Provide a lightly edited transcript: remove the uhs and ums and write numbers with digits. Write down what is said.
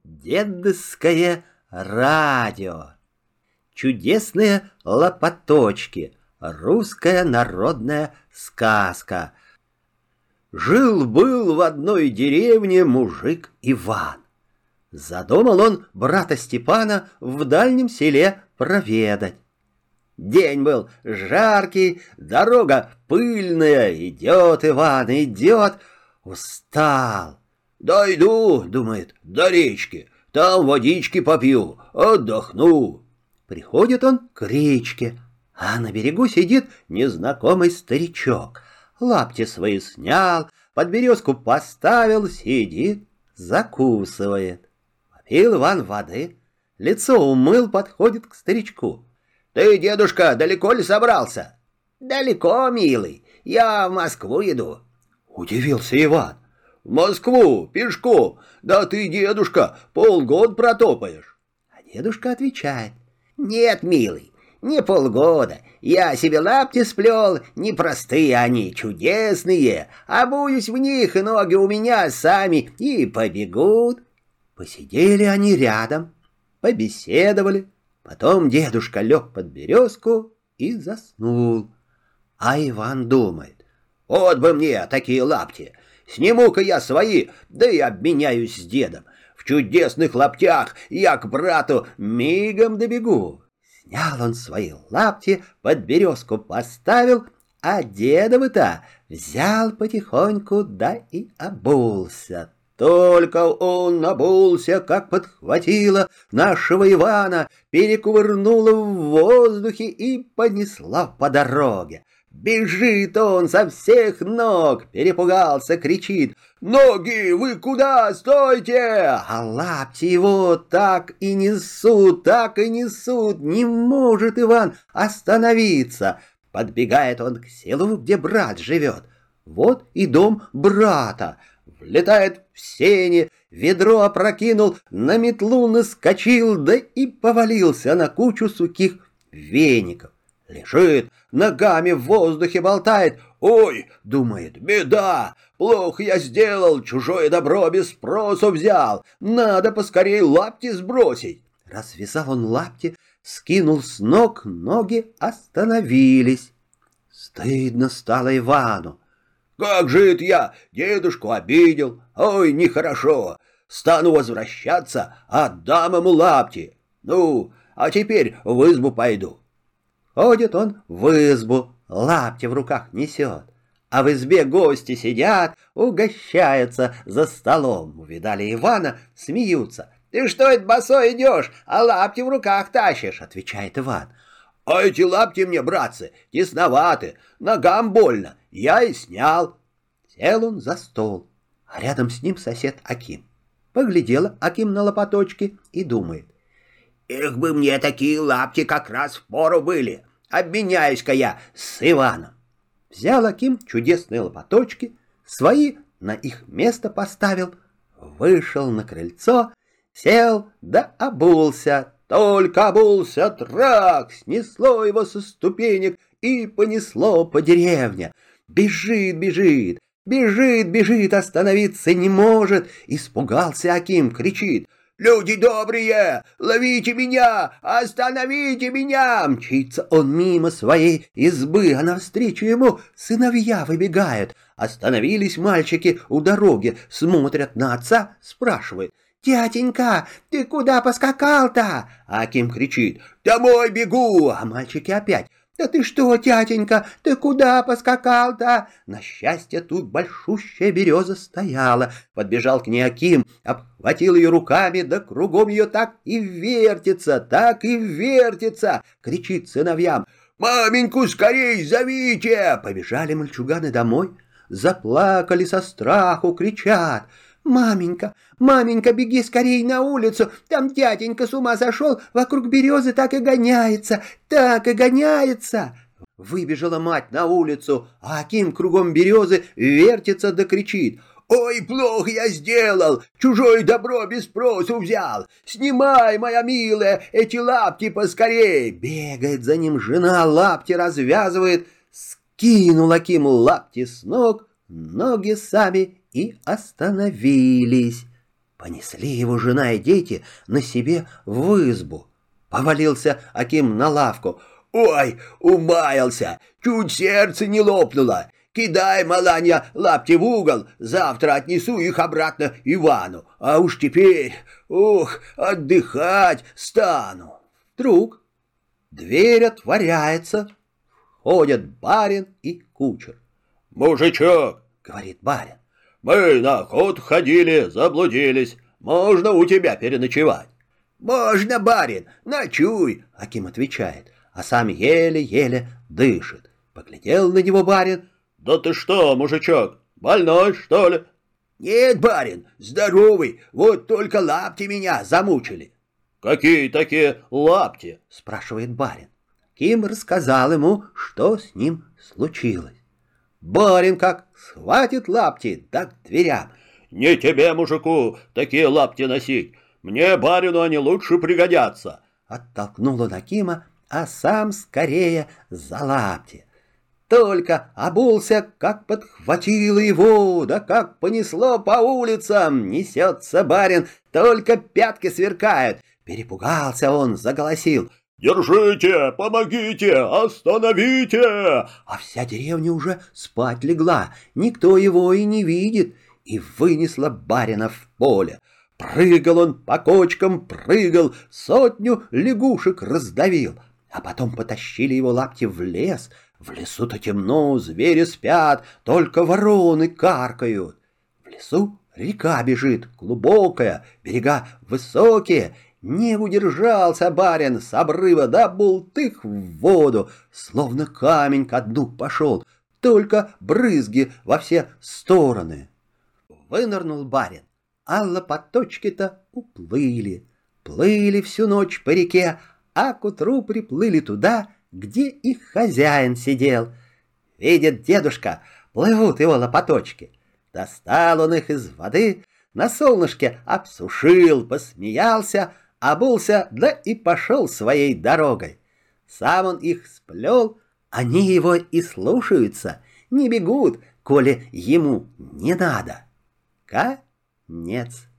Дедовское радио. Чудесные лопаточки. Русская народная сказка. Жил-был в одной деревне мужик Иван. Задумал он брата Степана в дальнем селе проведать. День был жаркий, дорога пыльная. Идет Иван, идет, устал. «Дойду, — думает, — до речки, там водички попью, отдохну». Приходит он к речке, а на берегу сидит незнакомый старичок. Лапти свои снял, под березку поставил, сидит, закусывает. Попил Иван воды, лицо умыл, подходит к старичку. «Ты, дедушка, далеко ли собрался?» «Далеко, милый, я в Москву иду». Удивился Иван. «В Москву, пешком? Да ты, дедушка, полгода протопаешь». А дедушка отвечает. «Нет, милый, не полгода. Я себе лапти сплел, непростые они, чудесные. Обуюсь в них, и ноги у меня сами и побегут». Посидели они рядом, побеседовали. Потом дедушка лег под березку и заснул. А Иван думает: «Вот бы мне такие лапти! Сниму-ка я свои, да и обменяюсь с дедом. В чудесных лаптях я к брату мигом добегу». Снял он свои лапти, под березку поставил, а дедовы-то взял потихоньку, да и обулся. Только он обулся, как подхватило нашего Ивана, перекувырнуло в воздухе и понесла по дороге. Бежит он со всех ног, перепугался, кричит: «Ноги, вы куда? Стойте!» А лапти его так и несут, не может Иван остановиться. Подбегает он к селу, где брат живет. Вот и дом брата. Влетает в сени, ведро опрокинул, на метлу наскочил, да и повалился на кучу сухих веников. Лежит, ногами в воздухе болтает. «Ой, — думает, — беда! Плохо я сделал, чужое добро без спросу взял. Надо поскорей лапти сбросить». Развязал он лапти, скинул с ног, ноги остановились. Стыдно стало Ивану. «Как же это я дедушку обидел? Ой, нехорошо! Стану возвращаться, отдам ему лапти. Ну, а теперь в избу пойду». Ходит он в избу, лапти в руках несет, а в избе гости сидят, угощаются за столом. Увидали Ивана, смеются. «Ты что это босой идешь, а лапти в руках тащишь?» — отвечает Иван. «А эти лапти мне, братцы, тесноваты, ногам больно, я и снял». Сел он за стол, а рядом с ним сосед Аким. Поглядел Аким на лопаточки и думает: «Эх бы мне такие лапти как раз впору были, обменяюсь-ка я с Иваном». Взял Аким чудесные лопаточки, свои на их место поставил, вышел на крыльцо, сел да обулся. Только обулся, трак, снесло его со ступенек и понесло по деревне. Бежит, бежит, бежит, бежит, остановиться не может. Испугался Аким, кричит: «Люди добрые, ловите меня, остановите меня!» Мчится он мимо своей избы, а навстречу ему сыновья выбегают. Остановились мальчики у дороги, смотрят на отца, спрашивают: «Дяденька, ты куда поскакал-то?» Аким кричит: «Домой бегу!» А мальчики опять: «Да ты что, дяденька, ты куда поскакал-то?» На счастье, тут большущая береза стояла. Подбежал к ней Аким, обхватил ее руками, да кругом ее так и вертится, кричит сыновьям: «Маменьку скорей зовите!» Побежали мальчуганы домой, заплакали со страху, кричат: «Маменька, маменька, беги скорей на улицу, там дяденька с ума сошел, вокруг березы так и гоняется, так и гоняется». Выбежала мать на улицу, а Аким кругом березы вертится да кричит: «Ой, плохо я сделал, чужое добро без спросу взял, снимай, моя милая, эти лапти поскорей». Бегает за ним жена, лапти развязывает, скинул Аким лапти с ног, ноги сами и остановились. Понесли его жена и дети на себе в избу. Повалился Аким на лавку. «Ой, умаялся! Чуть сердце не лопнуло! Кидай, Маланья, лапти в угол, завтра отнесу их обратно Ивану, а уж теперь, отдыхать стану!» Вдруг дверь отворяется, входят барин и кучер. «Мужичок, — говорит барин, — мы на охоту ходили, заблудились, можно у тебя переночевать?» «Можно, барин, ночуй, — Аким отвечает, а сам еле-еле дышит. Поглядел на него барин. «Да ты что, мужичок, больной, что ли?» «Нет, барин, здоровый, вот только лапти меня замучили». «Какие такие лапти?» — спрашивает барин. Аким рассказал ему, что с ним случилось. Барин как схватит лапти, да к дверям. «Не тебе, мужику, такие лапти носить, мне, барину, они лучше пригодятся». Оттолкнул он Акима, а сам скорее за лапти. Только обулся, как подхватило его, да как понесло по улицам. Несется барин, только пятки сверкают. Перепугался он, заголосил: «Держите! Помогите! Остановите!» А вся деревня уже спать легла, никто его и не видит. И вынесла барина в поле. Прыгал он по кочкам, прыгал, 100 лягушек раздавил. А потом потащили его лапти в лес. В лесу-то темно, звери спят, только вороны каркают. В лесу река бежит, глубокая, берега высокие. Не удержался барин с обрыва, да бултых в воду, словно камень ко дну пошел, только брызги во все стороны. Вынырнул барин, а лопаточки-то уплыли. Плыли всю ночь по реке, а к утру приплыли туда, где их хозяин сидел. Видит дедушка, плывут его лопаточки. Достал он их из воды, на солнышке обсушил, посмеялся, обулся, да и пошел своей дорогой. Сам он их сплел, они его и слушаются, не бегут, коли ему не надо. Конец.